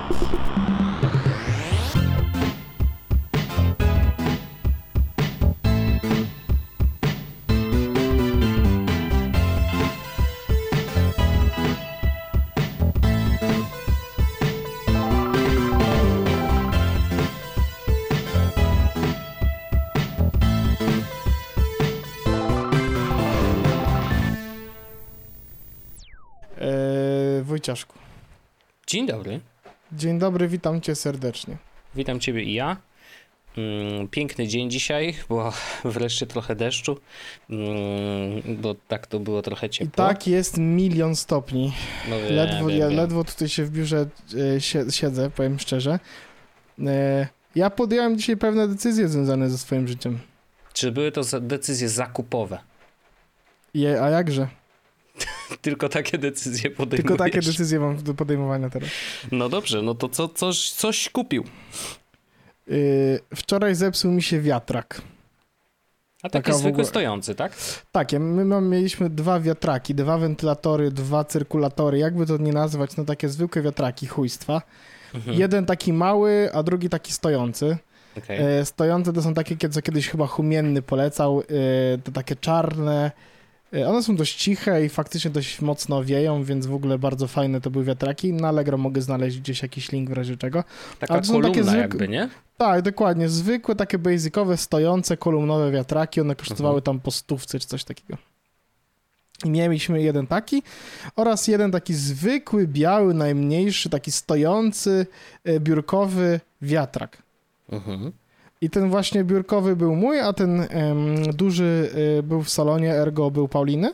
Wojciaszku. Dzień dobry. Dzień dobry, witam cię serdecznie. Witam ciebie i ja. Piękny dzień dzisiaj, bo wreszcie trochę deszczu, bo tak to było trochę ciepło. I tak jest 1 000 000 stopni. No Ledwo tutaj się w biurze siedzę, powiem szczerze. Ja podjąłem dzisiaj pewne decyzje związane ze swoim życiem. Czy były to decyzje zakupowe? A jakże? Tylko takie decyzje podejmujesz? Tylko takie decyzje mam do podejmowania teraz. No dobrze, no to coś kupił. Wczoraj zepsuł mi się wiatrak. A taki zwykły stojący, tak? Tak, mieliśmy 2 wiatraki, 2 wentylatory, 2 cyrkulatory, jakby to nie nazwać, no takie zwykłe wiatraki, chujstwa. Jeden taki mały, a drugi taki stojący. Okay. Stojące to są takie, co kiedyś chyba Humienny polecał, to takie czarne. One są dość ciche i faktycznie dość mocno wieją, więc w ogóle bardzo fajne to były wiatraki. Na Allegro mogę znaleźć gdzieś jakiś link w razie czego. Taka kolumna jakby, nie? Tak, dokładnie. Zwykłe, takie basicowe, stojące, kolumnowe wiatraki. One kosztowały tam po 100 czy coś takiego. I mieliśmy jeden taki oraz jeden taki zwykły, biały, najmniejszy, taki stojący, biurkowy wiatrak. I ten właśnie biurkowy był mój, a ten duży był w salonie, ergo był Pauliny.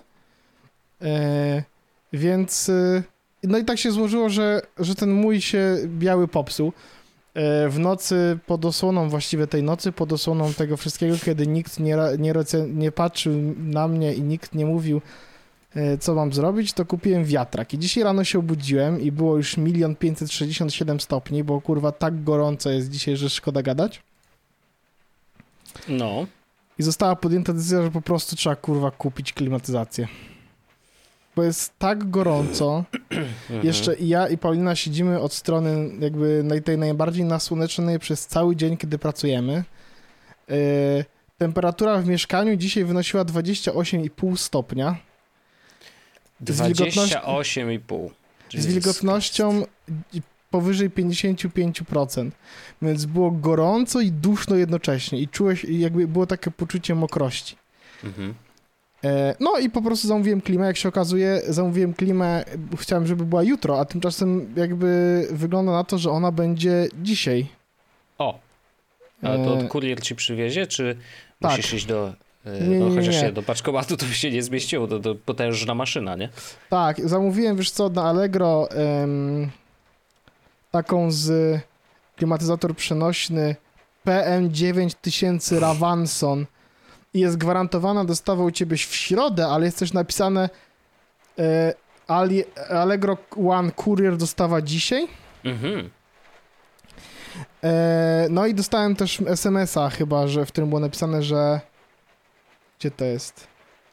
Więc no i tak się złożyło, że ten mój się biały popsuł. W nocy pod osłoną, właściwie tej nocy pod osłoną tego wszystkiego, kiedy nikt nie patrzył na mnie i nikt nie mówił, co mam zrobić, to kupiłem wiatrak. I dzisiaj rano się obudziłem i było już 1 567 000 stopni, bo kurwa tak gorąco jest dzisiaj, że szkoda gadać. No. I została podjęta decyzja, że po prostu trzeba kurwa kupić klimatyzację. Bo jest tak gorąco. Jeszcze i ja i Paulina siedzimy od strony jakby tej najbardziej nasłoneczonej przez cały dzień, kiedy pracujemy. Temperatura w mieszkaniu dzisiaj wynosiła 28,5 stopnia. 28,5. Z wilgotnością powyżej 55%. Więc było gorąco i duszno jednocześnie. I czułeś, jakby było takie poczucie mokrości. No i po prostu zamówiłem klimę. Jak się okazuje, zamówiłem klimę, chciałem, żeby była jutro, a tymczasem jakby wygląda na to, że ona będzie dzisiaj. O! Ale to kurier ci przywiezie, czy tak. Musisz iść do... Nie. Do paczkomatu to by się nie zmieściło, to potężna maszyna, nie? Tak, zamówiłem, wiesz co, na Allegro taką z klimatyzator przenośny PM9000 Ravanson i jest gwarantowana dostawa u ciebie w środę, ale jest też napisane Allegro One Courier dostawa dzisiaj. No i dostałem też SMS-a chyba, że w którym było napisane, że gdzie to jest?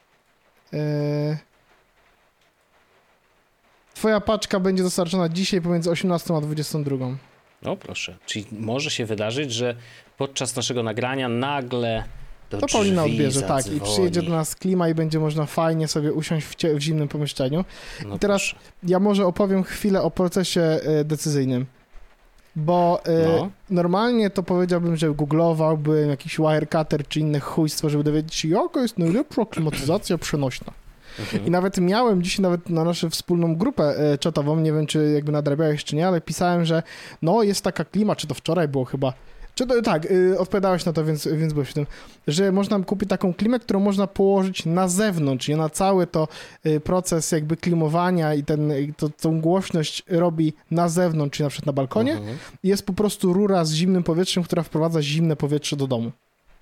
Twoja paczka będzie dostarczona dzisiaj pomiędzy 18 a 22. No proszę. Czyli może się wydarzyć, że podczas naszego nagrania nagle do to Paulina odbierze, zadzwoni. tak. I przyjedzie do nas klima i będzie można fajnie sobie usiąść w zimnym pomieszczeniu. No i teraz proszę. Ja może opowiem chwilę o procesie decyzyjnym. Bo normalnie to powiedziałbym, że googlowałbym jakiś Wirecutter czy inne chujstwo, żeby dowiedzieć się, jaka jest najlepsza klimatyzacja przenośna. I nawet miałem dzisiaj na naszą wspólną grupę czatową, nie wiem, czy jakby nadrabiałeś, czy nie, ale pisałem, że no jest taka klima, czy to wczoraj było chyba, odpowiadałeś na to, więc byłeś w tym, że można kupić taką klimę, którą można położyć na zewnątrz i na cały to proces jakby klimowania i tą głośność robi na zewnątrz, czyli na przykład na balkonie i jest po prostu rura z zimnym powietrzem, która wprowadza zimne powietrze do domu.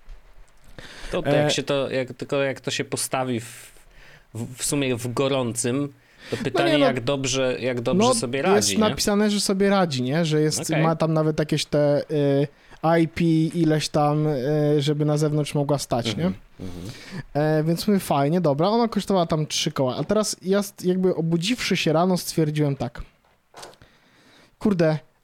Jak to się postawi w sumie w gorącym, to pytanie, jak dobrze sobie radzi, jest napisane, że sobie radzi, nie? Że ma tam nawet jakieś te IP ileś tam, żeby na zewnątrz mogła stać, nie? Więc mówię, fajnie, dobra. Ona kosztowała tam 3 koła. A teraz ja jakby obudziwszy się rano stwierdziłem tak. Kurde,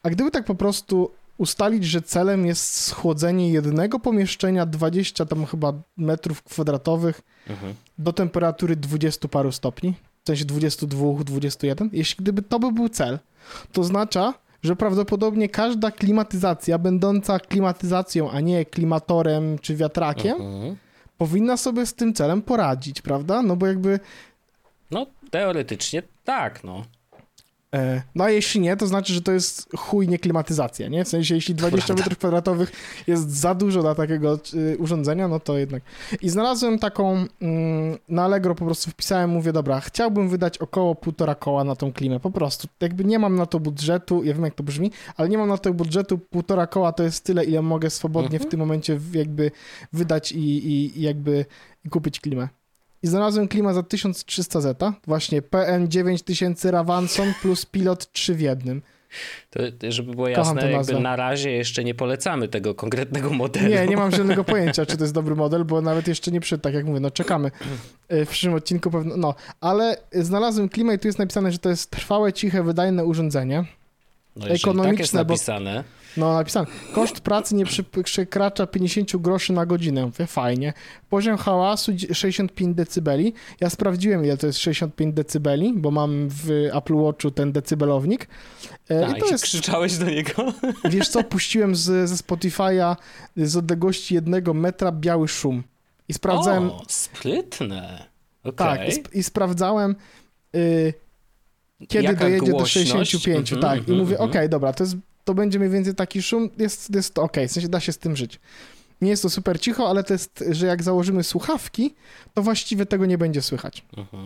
A gdyby tak po prostu ustalić, że celem jest schłodzenie jednego pomieszczenia 20 tam chyba metrów kwadratowych do temperatury 20 paru stopni, w sensie 22, 21, jeśli gdyby to był cel, to oznacza, że prawdopodobnie każda klimatyzacja, będąca klimatyzacją, a nie klimatorem czy wiatrakiem, powinna sobie z tym celem poradzić, prawda? No bo jakby... No, teoretycznie tak, no. No a jeśli nie, to znaczy, że to jest chujnie klimatyzacja, nie? W sensie, jeśli 20 metrów kwadratowych jest za dużo dla takiego urządzenia, no to jednak... I znalazłem taką, na Allegro po prostu wpisałem, mówię, dobra, chciałbym wydać około 1,5 koła na tą klimę, po prostu. Jakby nie mam na to budżetu, ja wiem jak to brzmi, ale nie mam na to budżetu, 1,5 koła to jest tyle, ile mogę swobodnie w tym momencie jakby wydać i jakby kupić klimę. I znalazłem klimę za 1300 zeta, właśnie PN 9000 Ravanson plus Pilot 3 w jednym. To, żeby było jasne, jakby na razie jeszcze nie polecamy tego konkretnego modelu. Nie mam żadnego pojęcia, czy to jest dobry model, bo nawet jeszcze nie przyszedł, tak jak mówię, no czekamy. W przyszłym odcinku pewno, no. Ale znalazłem klimę i tu jest napisane, że to jest trwałe, ciche, wydajne urządzenie. No ekonomiczne, tak jest napisane. No, napisane. Koszt pracy nie przekracza 50 groszy na godzinę. Mówię, fajnie. Poziom hałasu 65 decybeli. Ja sprawdziłem, ile to jest 65 decybeli, bo mam w Apple Watchu ten decybelownik. I to jest... krzyczałeś do niego? Wiesz co, puściłem ze Spotify'a z odległości 1 metra biały szum. I sprawdzałem... O, sprytne. Okay. Tak, i sprawdzałem... kiedy jaka dojedzie głośność? Do 65, tak. I mówię, okej, dobra, to będzie mniej więcej taki szum, jest to okej, w sensie da się z tym żyć. Nie jest to super cicho, ale to jest, że jak założymy słuchawki, to właściwie tego nie będzie słychać.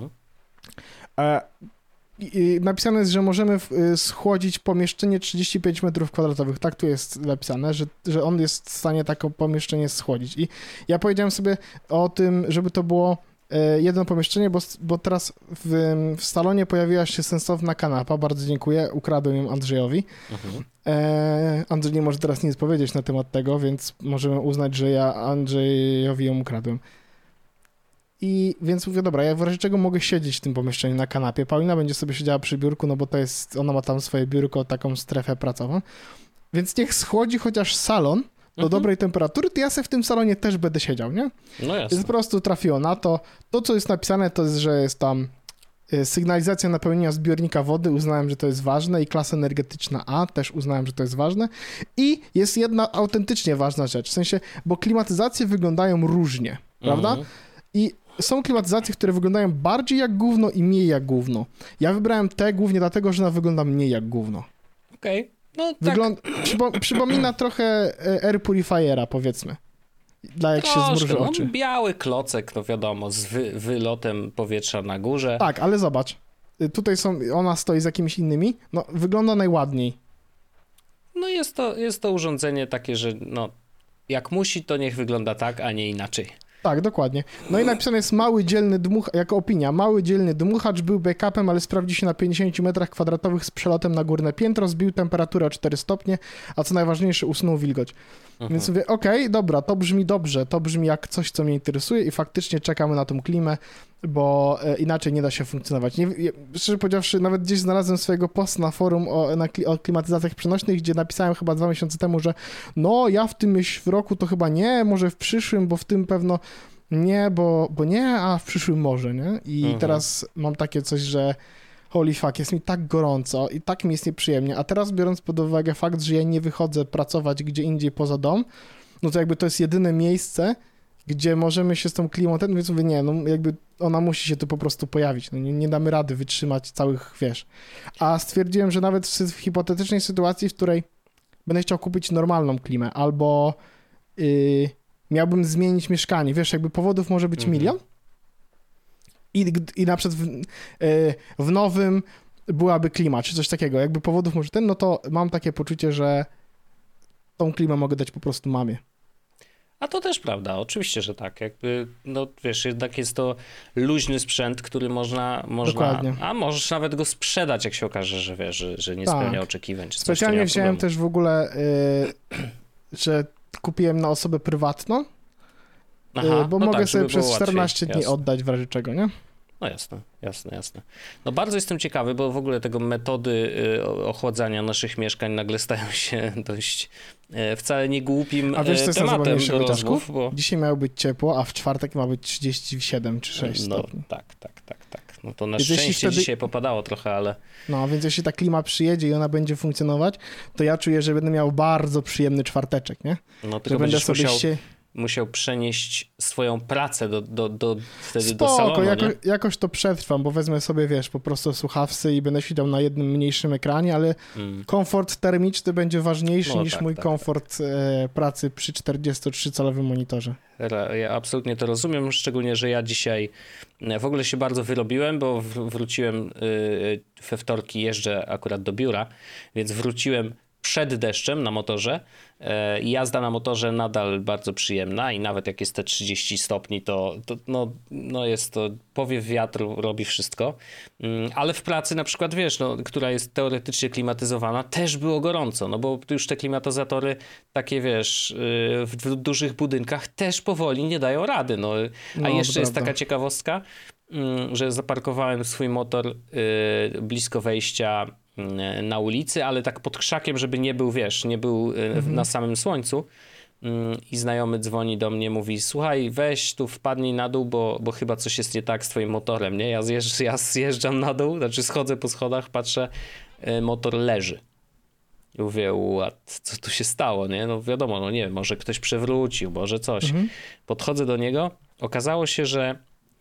Napisane jest, że możemy schłodzić pomieszczenie 35 metrów kwadratowych. Tak tu jest napisane, że on jest w stanie takie pomieszczenie schłodzić. I ja powiedziałem sobie o tym, żeby to było jedno pomieszczenie, bo teraz w salonie pojawiła się sensowna kanapa, bardzo dziękuję, ukradłem ją Andrzejowi. Andrzej nie może teraz nic powiedzieć na temat tego, więc możemy uznać, że ja Andrzejowi ją ukradłem. I więc mówię, dobra, ja w razie czego mogę siedzieć w tym pomieszczeniu na kanapie. Paulina będzie sobie siedziała przy biurku, no bo to jest, ona ma tam swoje biurko, taką strefę pracową. Więc niech schłodzi chociaż salon do dobrej temperatury, to ja sobie w tym salonie też będę siedział, nie? No jasne. Więc po prostu trafiło na to. To, co jest napisane, to jest, że jest tam sygnalizacja napełnienia zbiornika wody, uznałem, że to jest ważne i klasa energetyczna A, też uznałem, że to jest ważne. I jest jedna autentycznie ważna rzecz, w sensie, bo klimatyzacje wyglądają różnie, prawda? I są klimatyzacje, które wyglądają bardziej jak gówno i mniej jak gówno. Ja wybrałem te głównie dlatego, że ona wygląda mniej jak gówno. Okej. No tak. Przypomina trochę Air Purifiera, powiedzmy. Dla jak się zmruży oczy. No, biały klocek, no wiadomo, z wylotem powietrza na górze. Tak, ale zobacz. Tutaj ona stoi z jakimiś innymi. No, wygląda najładniej. No jest to urządzenie takie, że no, jak musi, to niech wygląda tak, a nie inaczej. Tak, dokładnie. No i napisane jest mały dzielny dmuchacz, jako opinia, mały dzielny dmuchacz był backupem, ale sprawdzi się na 50 metrach kwadratowych z przelotem na górne piętro, zbił temperaturę o 4 stopnie, a co najważniejsze, usunął wilgoć. Więc mówię, okej, dobra, to brzmi dobrze, to brzmi jak coś, co mnie interesuje i faktycznie czekamy na tą klimę, bo inaczej nie da się funkcjonować. Szczerze powiedziawszy, nawet gdzieś znalazłem swojego posta na forum o klimatyzacjach przenośnych, gdzie napisałem chyba 2 miesiące temu, że no ja w tym roku to chyba nie, może w przyszłym, bo w tym pewno nie, bo nie, a w przyszłym może, nie? I teraz mam takie coś, że holy fuck, jest mi tak gorąco i tak mi jest nieprzyjemnie, a teraz biorąc pod uwagę fakt, że ja nie wychodzę pracować gdzie indziej poza dom, no to jakby to jest jedyne miejsce, gdzie możemy się z tą klimą, więc mówię, nie, no jakby ona musi się tu po prostu pojawić, no nie damy rady wytrzymać całych, wiesz. A stwierdziłem, że nawet w hipotetycznej sytuacji, w której będę chciał kupić normalną klimę, albo miałbym zmienić mieszkanie, wiesz, jakby powodów może być milion, i na przykład w nowym byłaby klima, czy coś takiego, jakby powodów może no to mam takie poczucie, że tą klimę mogę dać po prostu mamie. A to też prawda, oczywiście, że tak, jakby, no wiesz, jednak jest to luźny sprzęt, który można Dokładnie. A możesz nawet go sprzedać, jak się okaże, że wiesz, że nie spełnia oczekiwań, czy coś. Specjalnie wziąłem też w ogóle, że kupiłem na osobę prywatną, bo mogę sobie przez 14 dni oddać w razie czego, nie? No jasne. No bardzo jestem ciekawy, bo w ogóle tego metody ochładzania naszych mieszkań nagle stają się dość wcale nie głupim a wiesz, co tematem do rozmów, bo... Dzisiaj miało być ciepło, a w czwartek ma być 37 czy 6 stopni. Tak. No to na szczęście dzisiaj popadało trochę, ale... No, więc jeśli ta klima przyjedzie i ona będzie funkcjonować, to ja czuję, że będę miał bardzo przyjemny czwarteczek, nie? No tylko będziesz musiał przenieść swoją pracę wtedy do salonu, jakoś to przetrwam, bo wezmę sobie, wiesz, po prostu słuchawce i będę siedział na jednym mniejszym ekranie, ale komfort termiczny będzie ważniejszy niż mój komfort pracy przy 43-calowym monitorze. Ja absolutnie to rozumiem, szczególnie, że ja dzisiaj w ogóle się bardzo wyrobiłem, bo wróciłem we wtorki, jeżdżę akurat do biura, więc wróciłem przed deszczem na motorze. Jazda na motorze nadal bardzo przyjemna i nawet jak jest te 30 stopni, to jest to, powiew wiatru robi wszystko, ale w pracy na przykład, wiesz, która jest teoretycznie klimatyzowana, też było gorąco, no bo już te klimatyzatory takie, wiesz, w dużych budynkach też powoli nie dają rady, a jeszcze jest taka ciekawostka, że zaparkowałem swój motor blisko wejścia na ulicy, ale tak pod krzakiem, żeby nie był, wiesz, na samym słońcu. I znajomy dzwoni do mnie, mówi: słuchaj, weź tu wpadnij na dół, bo chyba coś jest nie tak z twoim motorem, nie? Ja zjeżdżam na dół, znaczy schodzę po schodach, patrzę, motor leży. I mówię: co tu się stało, nie? No wiadomo, nie wiem, może ktoś przewrócił, może coś. Podchodzę do niego, okazało się, że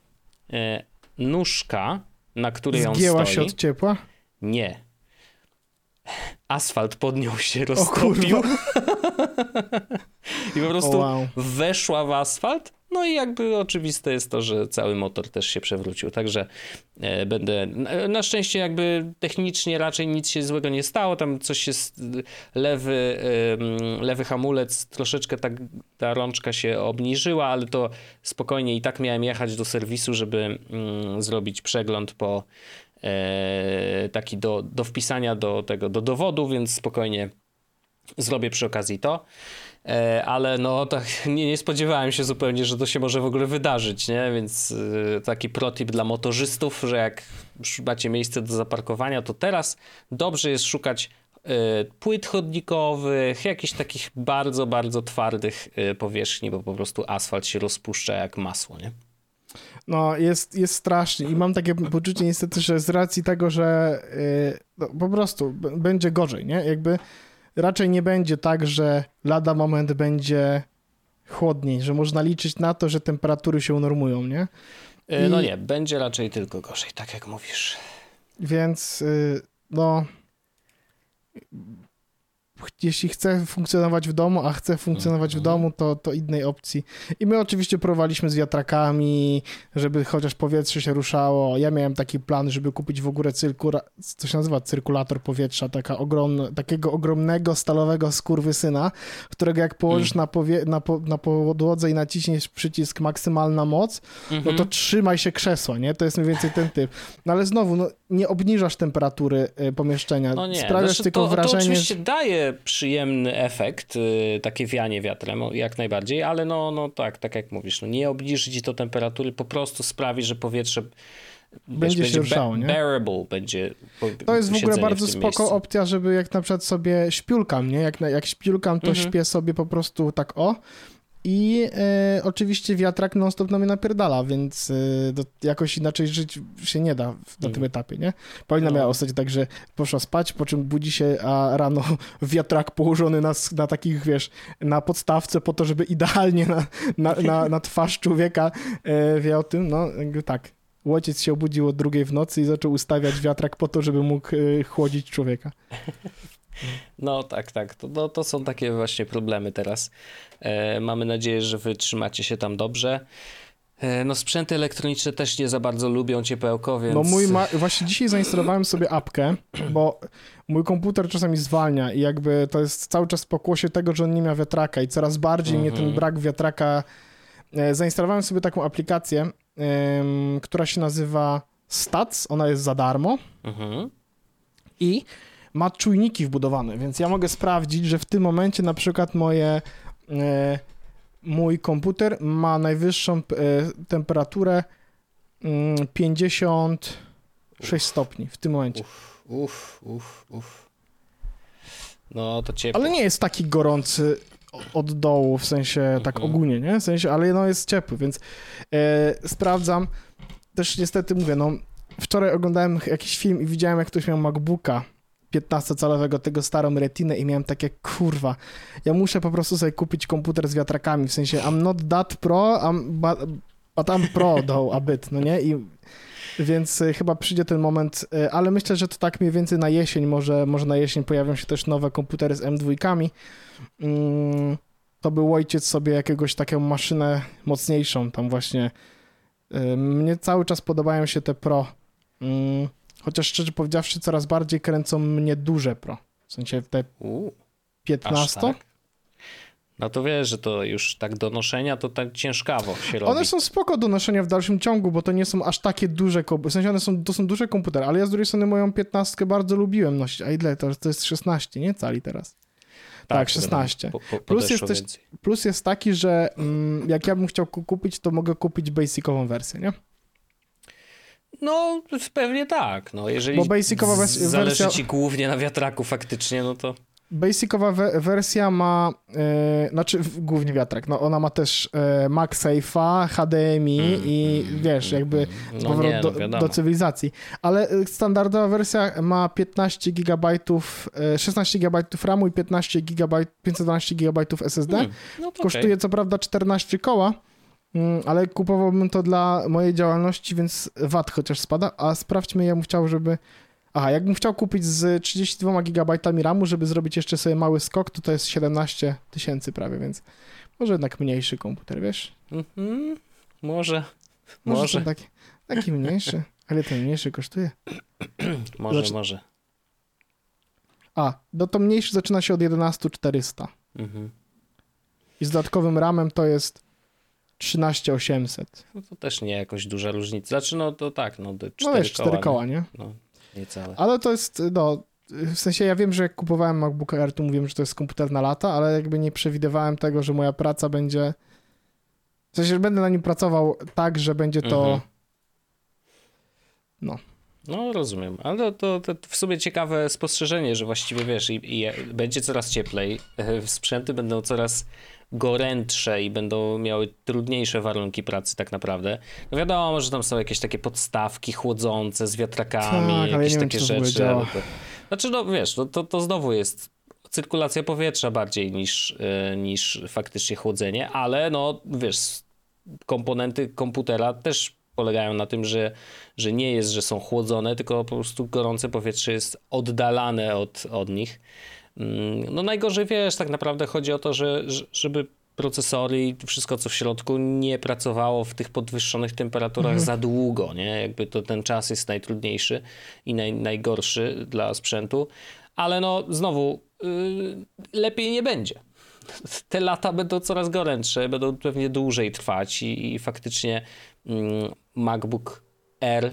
nóżka, na której on stoi... Zgięła się od ciepła? Nie. Asfalt pod nią się roztopił i po prostu weszła w asfalt, no i jakby oczywiste jest to, że cały motor też się przewrócił, także będę, na szczęście jakby technicznie raczej nic się złego nie stało, tam coś jest, lewy hamulec, troszeczkę ta rączka się obniżyła, ale to spokojnie, i tak miałem jechać do serwisu, żeby zrobić przegląd taki do wpisania do dowodu, więc spokojnie zrobię przy okazji to, ale tak nie spodziewałem się zupełnie, że to się może w ogóle wydarzyć, nie? Więc taki protip dla motorzystów, że jak macie miejsce do zaparkowania, to teraz dobrze jest szukać płyt chodnikowych, jakichś takich bardzo, bardzo twardych powierzchni, bo po prostu asfalt się rozpuszcza jak masło, nie? No, jest strasznie i mam takie poczucie niestety, że z racji tego, że po prostu będzie gorzej, nie? Jakby raczej nie będzie tak, że lada moment będzie chłodniej, że można liczyć na to, że temperatury się unormują, nie? No nie, będzie raczej tylko gorzej, tak jak mówisz. Więc jeśli chcę funkcjonować w domu, a chcę funkcjonować w domu, to innej opcji. I my oczywiście próbowaliśmy z wiatrakami, żeby chociaż powietrze się ruszało. Ja miałem taki plan, żeby kupić w ogóle co się nazywa cyrkulator powietrza, takiego ogromnego stalowego skurwysyna, którego jak położysz na podłodze i naciśniesz przycisk maksymalna moc, no to trzymaj się krzesła, nie? To jest mniej więcej ten typ. No ale znowu, nie obniżasz temperatury pomieszczenia. No nie, sprawiasz tylko wrażenie... To oczywiście daje przyjemny efekt, takie wianie wiatrem, jak najbardziej, ale tak jak mówisz, nie obniży ci to temperatury, po prostu sprawi, że powietrze będzie się ruszało, nie? Bearable będzie. To jest w ogóle bardzo spoko opcja, żeby jak na przykład sobie śpiulkam, nie? Jak śpiulkam, to śpię sobie po prostu tak i oczywiście wiatrak non-stop na mnie napierdala, więc jakoś inaczej żyć się nie da na tym etapie, nie? Paulina miała ostatnio tak, że poszła spać, po czym budzi się, a rano wiatrak położony na takich, wiesz, na podstawce po to, żeby idealnie na twarz człowieka wiał tym, jakby tak. Łodziec się obudził o 2:00 w nocy i zaczął ustawiać wiatrak po to, żeby mógł chłodzić człowieka. No tak. To są takie właśnie problemy teraz. Mamy nadzieję, że wy trzymacie się tam dobrze. Sprzęty elektroniczne też nie za bardzo lubią ciepełko, więc... Właśnie dzisiaj zainstalowałem sobie apkę, bo mój komputer czasami zwalnia i jakby to jest cały czas w pokłosie tego, że on nie miał wiatraka i coraz bardziej mnie ten brak wiatraka... Zainstalowałem sobie taką aplikację, która się nazywa Stats, ona jest za darmo i ma czujniki wbudowane, więc ja mogę sprawdzić, że w tym momencie na przykład mój komputer ma najwyższą temperaturę 56 stopni w tym momencie. No to ciepło. Ale nie jest taki gorący od dołu, w sensie tak ogólnie, nie? W sensie, ale no jest ciepły, więc sprawdzam. Też niestety mówię, no wczoraj oglądałem jakiś film i widziałem, jak ktoś miał MacBooka 15-calowego, tego starą retinę i miałem takie, kurwa, ja muszę po prostu sobie kupić komputer z wiatrakami, w sensie I'm not that pro, but I'm pro though a bit, no nie? Więc chyba przyjdzie ten moment, ale myślę, że to tak mniej więcej na jesień, może na jesień pojawią się też nowe komputery z M2. To był ojciec sobie jakiegoś taką maszynę mocniejszą, tam właśnie. Mnie cały czas podobają się te Pro, chociaż szczerze powiedziawszy coraz bardziej kręcą mnie duże Pro, w sensie te 15. Tak? No to wiesz, że to już tak do noszenia to tak ciężkawo się robi. One są spoko do noszenia w dalszym ciągu, bo to nie są aż takie duże w sensie to są duże komputery, ale ja z drugiej strony moją 15 bardzo lubiłem nosić, a ile to jest 16, nie? Cali teraz. Tak, 16. Plus jest taki, że jak ja bym chciał kupić, to mogę kupić basicową wersję, nie? No, pewnie tak. No, jeżeli bo basicowa zależy ci głównie na wiatraku faktycznie, no to... Basicowa wersja ma, głównie wiatrak, no ona ma też MagSafe'a, HDMI i wiesz, jakby do cywilizacji. Ale standardowa wersja ma 15 GB, 16 GB RAMu i 512 GB SSD. No kosztuje co prawda 14 koła, ale kupowałbym to dla mojej działalności, więc VAT chociaż spada, a sprawdźmy, ja bym chciał, żeby... jakbym chciał kupić z 32 GB RAMu, żeby zrobić jeszcze sobie mały skok, to jest 17 000 prawie, więc może jednak mniejszy komputer, wiesz? Może. Taki mniejszy. Ale ten mniejszy kosztuje? Może. To mniejszy zaczyna się od 11 400. I z dodatkowym RAMem to jest 13 800. No to też nie jakoś duża różnica. Znaczy, no to tak, 4 koła, nie? No. Niecałe. Ale to jest, w sensie ja wiem, że jak kupowałem MacBooka Air, to mówiłem, że to jest komputer na lata, ale jakby nie przewidywałem tego, że moja praca będzie, w sensie, że będę na nim pracował tak, że będzie to, No, rozumiem, ale to w sumie ciekawe spostrzeżenie, że właściwie wiesz, i będzie coraz cieplej, sprzęty będą coraz gorętsze i będą miały trudniejsze warunki pracy tak naprawdę. No wiadomo, że tam są jakieś takie podstawki chłodzące z wiatrakami, jakieś takie rzeczy. Znaczy, no wiesz, to znowu jest cyrkulacja powietrza bardziej niż faktycznie chłodzenie, ale no wiesz, komponenty komputera też polegają na tym, że nie jest, że są chłodzone, tylko po prostu gorące powietrze jest oddalane od nich. No najgorzej, wiesz, tak naprawdę chodzi o to, żeby procesory i wszystko, co w środku, nie pracowało w tych podwyższonych temperaturach za długo, nie? Jakby to ten czas jest najtrudniejszy i najgorszy dla sprzętu, ale no znowu lepiej nie będzie. Te lata będą coraz gorętsze, będą pewnie dłużej trwać i faktycznie MacBook Air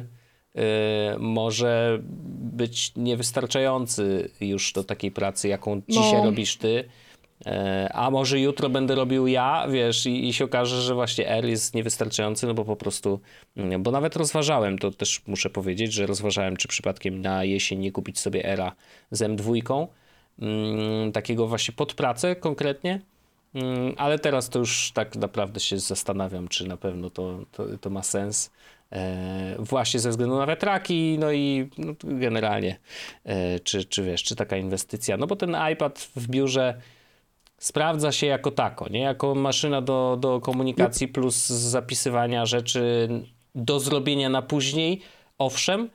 może być niewystarczający już do takiej pracy, jaką dzisiaj robisz ty, a może jutro będę robił ja, wiesz, i się okaże, że właśnie Air jest niewystarczający, no bo po prostu, bo nawet rozważałem, to też muszę powiedzieć, że rozważałem, czy przypadkiem na jesień nie kupić sobie Aira z M2, takiego właśnie pod pracę konkretnie, ale teraz to już tak naprawdę się zastanawiam, czy na pewno to ma sens. Właśnie ze względu na wiatraki, no i generalnie czy wiesz, czy taka inwestycja, no bo ten iPad w biurze sprawdza się jako tako, nie? Jako maszyna do komunikacji plus zapisywania rzeczy do zrobienia na później, owszem,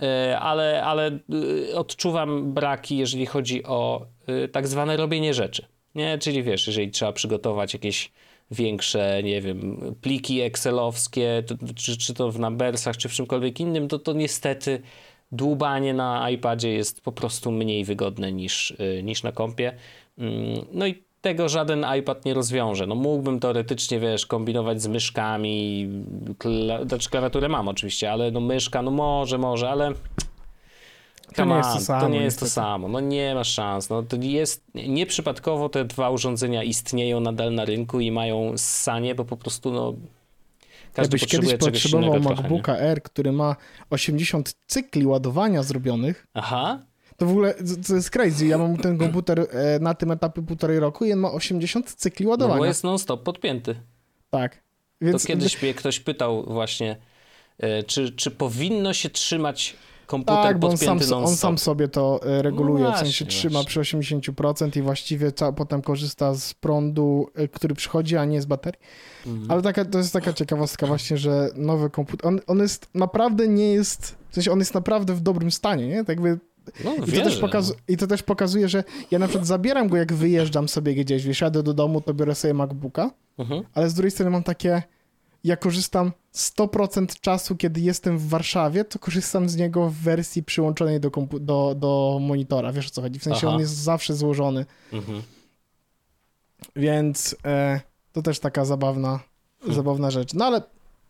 ale odczuwam braki, jeżeli chodzi o tak zwane robienie rzeczy, nie? Czyli wiesz, jeżeli trzeba przygotować jakieś większe, nie wiem, pliki excelowskie, czy to w Numbersach, czy w czymkolwiek innym, to niestety dłubanie na iPadzie jest po prostu mniej wygodne niż na kompie. No i tego żaden iPad nie rozwiąże. No mógłbym teoretycznie, wiesz, kombinować z myszkami, znaczy klawiaturę mam oczywiście, ale no myszka, no może, ale to nie jest to samo. No nie ma szans. No to jest nieprzypadkowo te dwa urządzenia istnieją nadal na rynku i mają ssanie, bo po prostu Każdy Jakbyś kiedyś potrzebuje czegoś potrzebował innego trochę, MacBooka Air, który ma 80 cykli ładowania zrobionych, Aha. to w ogóle to jest crazy. Ja mam ten komputer na tym etapie 1,5 roku i on ma 80 cykli ładowania. No bo jest non-stop podpięty. Tak. Więc To kiedyś mnie ktoś pytał właśnie, czy powinno się trzymać komputer tak, bo podpięty non-stop. on sam sobie to reguluje, No w sensie właśnie, trzyma przy 80% i właściwie potem korzysta z prądu, który przychodzi, a nie z baterii. Ale to jest taka ciekawostka właśnie, że nowy komputer, on jest naprawdę nie jest, w sensie on jest naprawdę w dobrym stanie, nie? Tak jakby No, I to też pokazuje, że ja na przykład zabieram go, jak wyjeżdżam sobie gdzieś, wiesz, jadę do domu, to biorę sobie MacBooka, ale z drugiej strony mam takie, ja korzystam 100% czasu, kiedy jestem w Warszawie, to korzystam z niego w wersji przyłączonej do monitora, wiesz o co chodzi, w sensie on jest zawsze złożony. Więc to też taka zabawna rzecz. No ale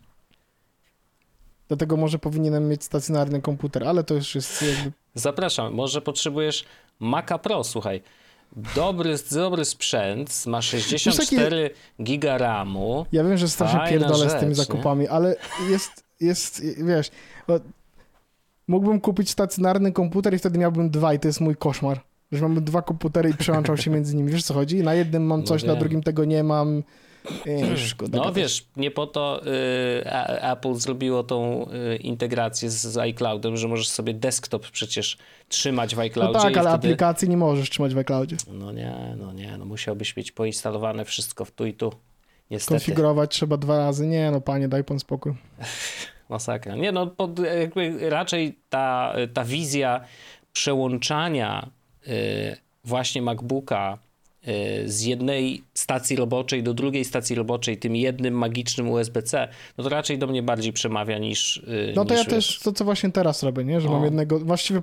dlatego może powinienem mieć stacjonarny komputer, ale to już jest jakby... Zapraszam, może potrzebujesz Maca Pro, słuchaj. Dobry sprzęt, ma 64 giga RAMu. Ja wiem, że strasznie pierdolę z tymi zakupami, nie? Ale jest, wiesz, mógłbym kupić stacjonarny komputer i wtedy miałbym dwa i to jest mój koszmar. Że mam dwa komputery i przełączał się między nimi. Wiesz co chodzi? Na jednym mam coś, na drugim tego nie mam. Szkoda. No wiesz, nie po to Apple zrobiło tą integrację z iCloudem, że możesz sobie desktop przecież trzymać w iCloudzie. No tak, ale wtedy... aplikacji nie możesz trzymać w iCloudzie. No musiałbyś mieć poinstalowane wszystko w tu i tu. Niestety. Konfigurować trzeba 2 razy. Nie, no panie, daj pan spokój. Masakra. Nie, no jakby raczej ta wizja przełączania właśnie MacBooka z jednej stacji roboczej do drugiej stacji roboczej tym jednym magicznym USB-C, no to raczej do mnie bardziej przemawia niż... No to ja też to, co właśnie teraz robię, nie? Że mam jednego, właściwie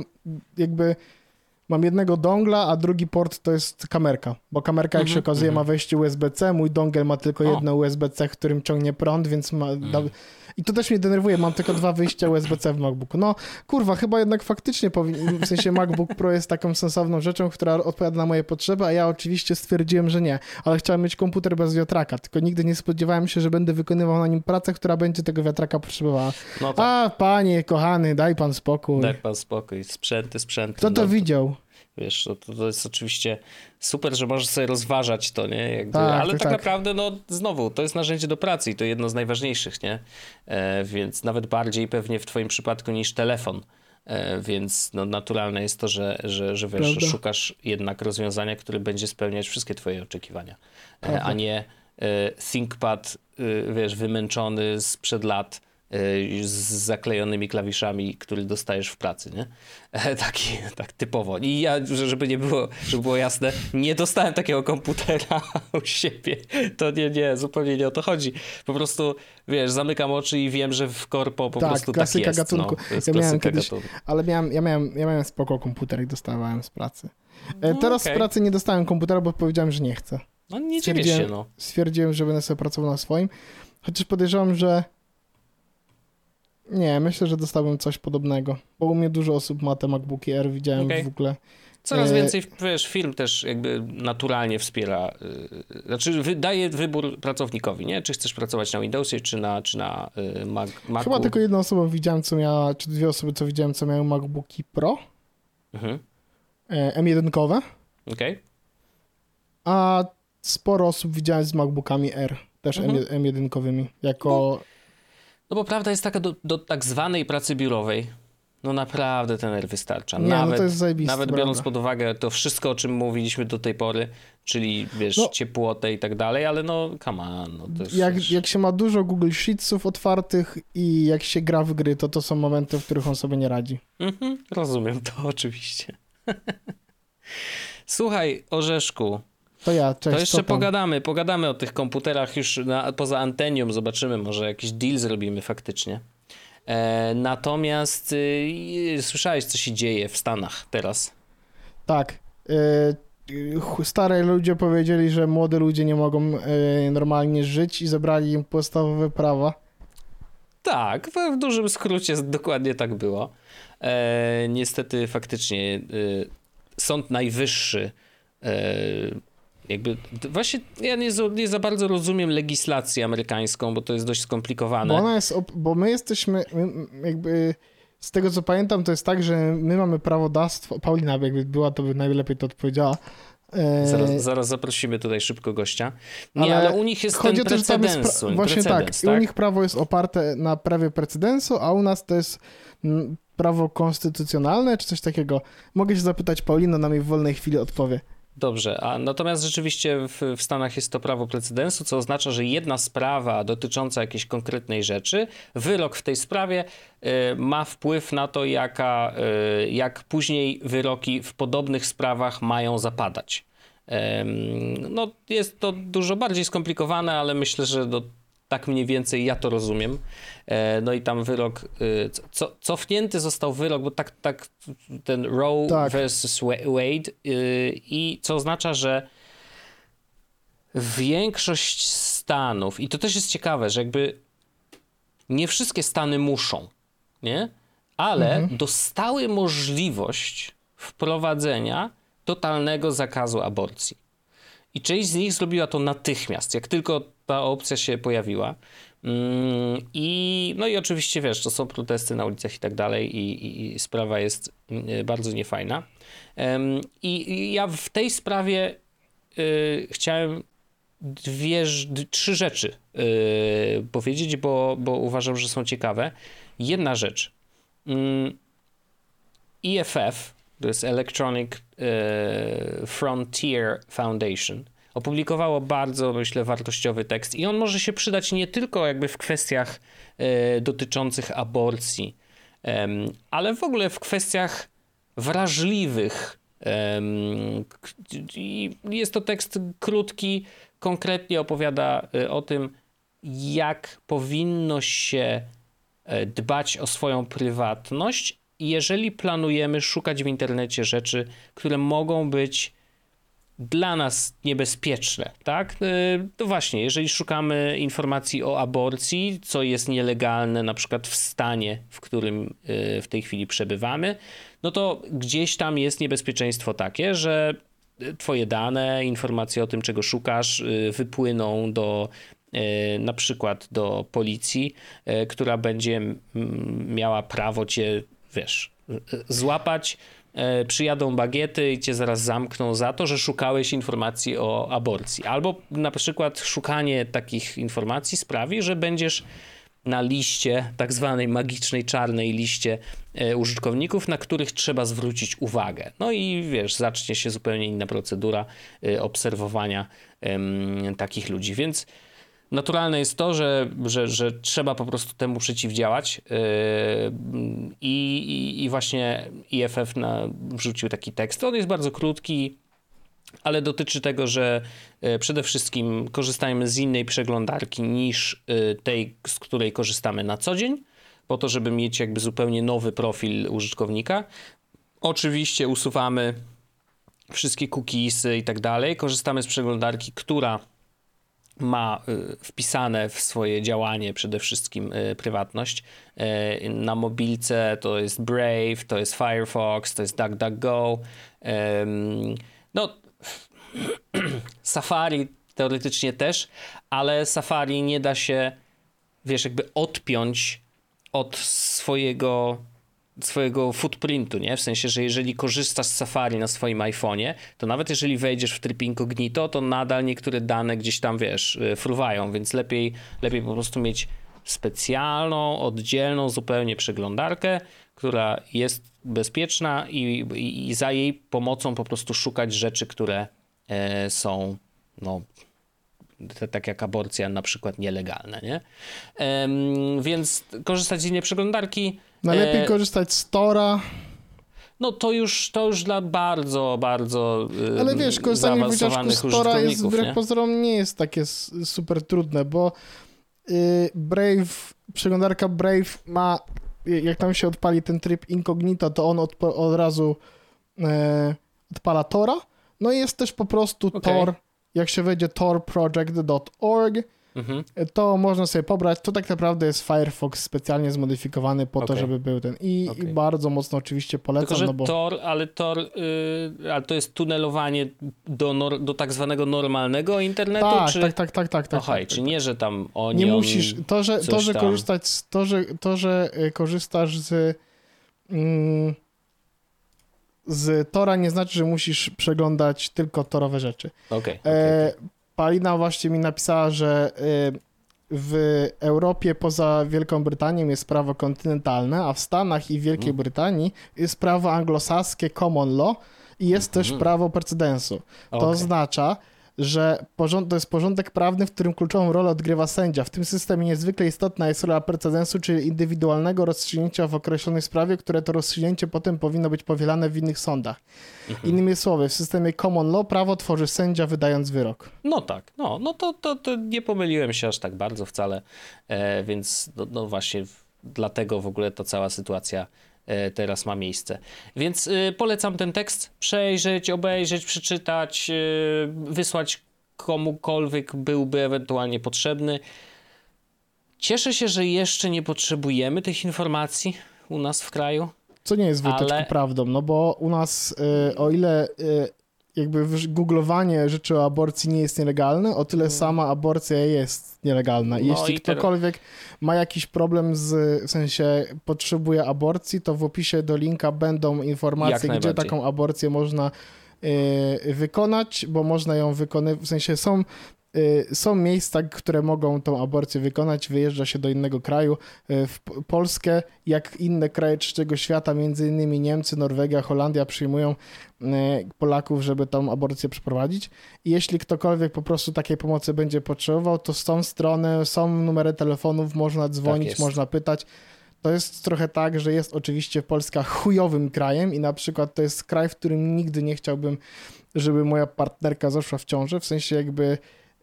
mam jednego dongla, a drugi port to jest kamerka, bo kamerka, jak się okazuje, ma wejście USB-C, mój dongle ma tylko jedno USB-C, którym ciągnie prąd, więc ma... I to też mnie denerwuje, mam tylko 2 wyjścia USB-C w MacBooku. No, kurwa, chyba jednak faktycznie w sensie MacBook Pro jest taką sensowną rzeczą, która odpowiada na moje potrzeby, a ja oczywiście stwierdziłem, że nie, ale chciałem mieć komputer bez wiatraka, tylko nigdy nie spodziewałem się, że będę wykonywał na nim pracę, która będzie tego wiatraka potrzebowała. No tak. A, panie kochany, daj pan spokój. Daj pan spokój, sprzęty. Kto to widział? Wiesz, to jest oczywiście super, że możesz sobie rozważać to, nie? Jakby, tak, ale tak tak naprawdę, no znowu, to jest narzędzie do pracy i to jedno z najważniejszych, nie? Więc nawet bardziej pewnie w twoim przypadku niż telefon. Więc no, naturalne jest to, że wiesz, że szukasz jednak rozwiązania, które będzie spełniać wszystkie twoje oczekiwania, a nie ThinkPad, wiesz, wymęczony sprzed lat, z zaklejonymi klawiszami, który dostajesz w pracy, nie? Tak typowo. I ja, żeby było jasne, nie dostałem takiego komputera u siebie. To nie, zupełnie nie o to chodzi. Po prostu, wiesz, zamykam oczy i wiem, że w korpo po prostu tak jest. Gatunku. No, to jest klasyka gatunku. Ale ja miałem spoko komputer i dostawałem z pracy. Teraz z pracy nie dostałem komputera, bo powiedziałem, że nie chcę. No nie dziwię się, no. Stwierdziłem, że będę sobie pracował na swoim, chociaż podejrzewam, że nie, myślę, że dostałbym coś podobnego, bo u mnie dużo osób ma te MacBooki Air, widziałem w ogóle. Coraz więcej, wiesz, firm też jakby naturalnie wspiera, znaczy daje wybór pracownikowi, nie? Czy chcesz pracować na Windowsie, czy na Macu. Chyba tylko jedna osoba widziałem, co miała, czy 2 osoby, co widziałem, co miały MacBooki Pro, M1-kowe, a sporo osób widziałem z MacBookami R, też M1-kowymi, jako... No bo prawda jest taka, do tak zwanej pracy biurowej, no naprawdę ten R wystarcza. Nie, nawet, no to jest zajebiste, nawet biorąc pod uwagę to wszystko, o czym mówiliśmy do tej pory, czyli wiesz, ciepłotę i tak dalej, ale no come on. No to jest, jak się ma dużo Google Sheetsów otwartych i jak się gra w gry, to są momenty, w których on sobie nie radzi. Rozumiem to oczywiście. Słuchaj, Orzeszku. To ja, cześć. To jeszcze pogadamy o tych komputerach już poza antenium, zobaczymy, może jakiś deal zrobimy faktycznie. Natomiast słyszałeś, co się dzieje w Stanach teraz? Tak. Stare ludzie powiedzieli, że młode ludzie nie mogą normalnie żyć i zabrali im podstawowe prawa. Tak, w dużym skrócie dokładnie tak było. Niestety faktycznie Sąd Najwyższy Jakby, właśnie ja nie za bardzo rozumiem legislację amerykańską, bo to jest dość skomplikowane. Bo my jesteśmy, jakby z tego co pamiętam, to jest tak, że my mamy prawodawstwo, Paulina jakby była, to by najlepiej to odpowiedziała. Zaraz zaprosimy tutaj szybko gościa. Nie, ale u nich jest ten precedens. Właśnie tak, i u nich prawo jest oparte na prawie precedensu, a u nas to jest prawo konstytucjonalne, czy coś takiego. Mogę się zapytać Paulina, ona mi w wolnej chwili odpowie. Dobrze, a natomiast rzeczywiście w Stanach jest to prawo precedensu, co oznacza, że jedna sprawa dotycząca jakiejś konkretnej rzeczy, wyrok w tej sprawie ma wpływ na to, jak później wyroki w podobnych sprawach mają zapadać. No, jest to dużo bardziej skomplikowane, ale myślę, że tak mniej więcej ja to rozumiem. No i tam wyrok, cofnięty został wyrok, bo tak ten Roe versus Wade i co oznacza, że większość stanów, i to też jest ciekawe, że jakby nie wszystkie stany muszą, nie? Ale dostały możliwość wprowadzenia totalnego zakazu aborcji. I część z nich zrobiła to natychmiast, jak tylko ta opcja się pojawiła. No i oczywiście, wiesz, to są protesty na ulicach i tak dalej i sprawa jest bardzo niefajna. I ja w tej sprawie chciałem trzy rzeczy powiedzieć, bo uważam, że są ciekawe. Jedna rzecz. EFF, to jest Electronic Frontier Foundation, opublikowało bardzo, myślę, wartościowy tekst i on może się przydać nie tylko jakby w kwestiach dotyczących aborcji, ale w ogóle w kwestiach wrażliwych. Jest to tekst krótki, konkretnie opowiada o tym, jak powinno się dbać o swoją prywatność, jeżeli planujemy szukać w internecie rzeczy, które mogą być dla nas niebezpieczne, tak? To właśnie, jeżeli szukamy informacji o aborcji, co jest nielegalne na przykład w stanie, w którym w tej chwili przebywamy, no to gdzieś tam jest niebezpieczeństwo takie, że twoje dane, informacje o tym, czego szukasz, wypłyną na przykład do policji, która będzie miała prawo cię, wiesz, złapać, przyjadą bagiety i cię zaraz zamkną za to, że szukałeś informacji o aborcji. Albo na przykład szukanie takich informacji sprawi, że będziesz na liście, tak zwanej magicznej, czarnej liście użytkowników, na których trzeba zwrócić uwagę. No i wiesz, zacznie się zupełnie inna procedura obserwowania takich ludzi. Więc naturalne jest to, że trzeba po prostu temu przeciwdziałać i właśnie EFF wrzucił taki tekst. On jest bardzo krótki, ale dotyczy tego, że przede wszystkim korzystajmy z innej przeglądarki niż tej, z której korzystamy na co dzień, po to, żeby mieć jakby zupełnie nowy profil użytkownika. Oczywiście usuwamy wszystkie cookiesy i tak dalej. Korzystamy z przeglądarki, która ma wpisane w swoje działanie przede wszystkim prywatność. Na mobilce to jest Brave, to jest Firefox, to jest DuckDuckGo. No, Safari teoretycznie też, ale Safari nie da się, wiesz, jakby odpiąć od swojego footprintu, nie? W sensie, że jeżeli korzystasz z Safari na swoim iPhone'ie, to nawet jeżeli wejdziesz w tryb incognito, to nadal niektóre dane gdzieś tam, wiesz, fruwają, więc lepiej po prostu mieć specjalną, oddzielną zupełnie przeglądarkę, która jest bezpieczna i za jej pomocą po prostu szukać rzeczy, które są, no, tak jak aborcja, na przykład nielegalne, nie? Więc korzystać z innej przeglądarki. Najlepiej korzystać z Tora. No to już dla bardzo, bardzo ale wiesz, korzystanie chociażby z Tora jest wbrew pozorom nie jest takie super trudne, bo Brave, przeglądarka Brave ma, jak tam się odpali ten tryb incognito, to on od razu odpala Tora. No i jest też po prostu Tor, jak się wejdzie torproject.org, to można sobie pobrać. To tak naprawdę jest Firefox specjalnie zmodyfikowany po to, żeby był ten. I bardzo mocno oczywiście polecam. Tylko, że no bo... Tor, ale to jest tunelowanie do tak zwanego normalnego internetu? Tak. Okej, czy nie, że tam nie musisz, to, że korzystasz z Tora nie znaczy, że musisz przeglądać tylko torowe rzeczy. Okay. Palina właśnie mi napisała, że w Europie poza Wielką Brytanią jest prawo kontynentalne, a w Stanach i w Wielkiej Brytanii jest prawo anglosaskie common law i jest też prawo precedensu. To oznacza, że to jest porządek prawny, w którym kluczową rolę odgrywa sędzia. W tym systemie niezwykle istotna jest rola precedensu, czyli indywidualnego rozstrzygnięcia w określonej sprawie, które to rozstrzygnięcie potem powinno być powielane w innych sądach. Innymi słowy, w systemie common law prawo tworzy sędzia, wydając wyrok. No tak, no to nie pomyliłem się aż tak bardzo wcale, więc no właśnie dlatego w ogóle ta cała sytuacja teraz ma miejsce. Więc polecam ten tekst przejrzeć, obejrzeć, przeczytać, wysłać komukolwiek byłby ewentualnie potrzebny. Cieszę się, że jeszcze nie potrzebujemy tych informacji u nas w kraju. Co nie jest Wojteczku prawdą, no bo u nas o ile jakby googlowanie rzeczy o aborcji nie jest nielegalne, o tyle sama aborcja jest nielegalna. I jeśli ktokolwiek ma jakiś problem w sensie potrzebuje aborcji, to w opisie do linka będą informacje, gdzie taką aborcję można wykonać, bo można ją wykonywać, w sensie są miejsca, które mogą tą aborcję wykonać, wyjeżdża się do innego kraju. W Polskę, jak inne kraje trzeciego świata, między innymi Niemcy, Norwegia, Holandia przyjmują Polaków, żeby tą aborcję przeprowadzić. I jeśli ktokolwiek po prostu takiej pomocy będzie potrzebował, to z tą stronę są numery telefonów, można dzwonić, można pytać. To jest trochę tak, że jest oczywiście Polska chujowym krajem i na przykład to jest kraj, w którym nigdy nie chciałbym, żeby moja partnerka zaszła w ciążę, w sensie jakby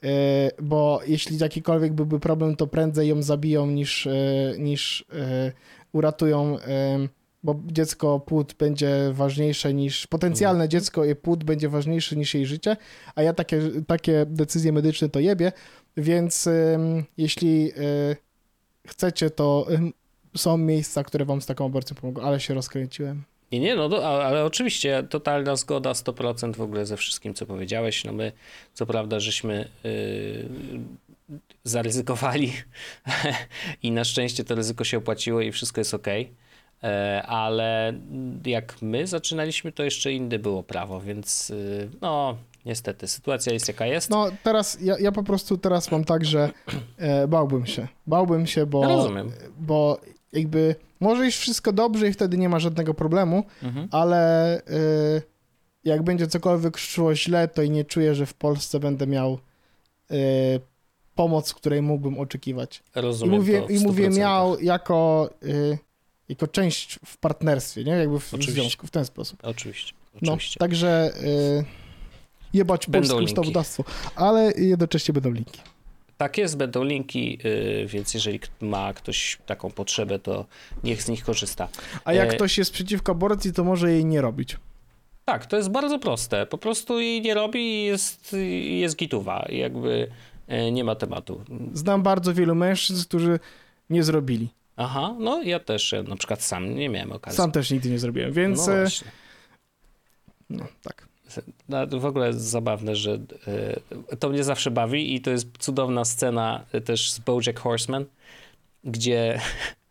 bo jeśli jakikolwiek byłby problem, to prędzej ją zabiją niż uratują, bo dziecko, płód będzie ważniejsze niż, potencjalne dziecko i płód będzie ważniejszy niż jej życie, a ja takie decyzje medyczne to jebie, więc jeśli chcecie, to są miejsca, które wam z taką aborcją pomogą, ale się rozkręciłem. Nie, ale oczywiście totalna zgoda, 100% w ogóle ze wszystkim, co powiedziałeś. No my, co prawda, żeśmy zaryzykowali i na szczęście to ryzyko się opłaciło i wszystko jest okej. Ale jak my zaczynaliśmy, to jeszcze inne było prawo, więc no niestety sytuacja jest jaka jest. No teraz, ja po prostu teraz mam tak, że bałbym się, bo, ja rozumiem. Bo jakby może iść wszystko dobrze i wtedy nie ma żadnego problemu, ale jak będzie cokolwiek szło źle, to i nie czuję, że w Polsce będę miał pomoc, której mógłbym oczekiwać. Rozumiem. I mówię miał jako część w partnerstwie, nie? Jakby w związku, w ten sposób. Oczywiście. No, także jebać polskie ustawodawstwo, ale jednocześnie będą linki. Tak jest, będą linki, więc jeżeli ma ktoś taką potrzebę, to niech z nich korzysta. A jak ktoś jest przeciwko aborcji, to może jej nie robić. Tak, to jest bardzo proste. Po prostu jej nie robi i jest gituwa. Jakby nie ma tematu. Znam bardzo wielu mężczyzn, którzy nie zrobili. Aha, no ja też na przykład sam nie miałem okazji. Sam też nigdy nie zrobiłem, więc... No właśnie. No, tak. W ogóle jest zabawne, że to mnie zawsze bawi i to jest cudowna scena też z BoJack Horseman, gdzie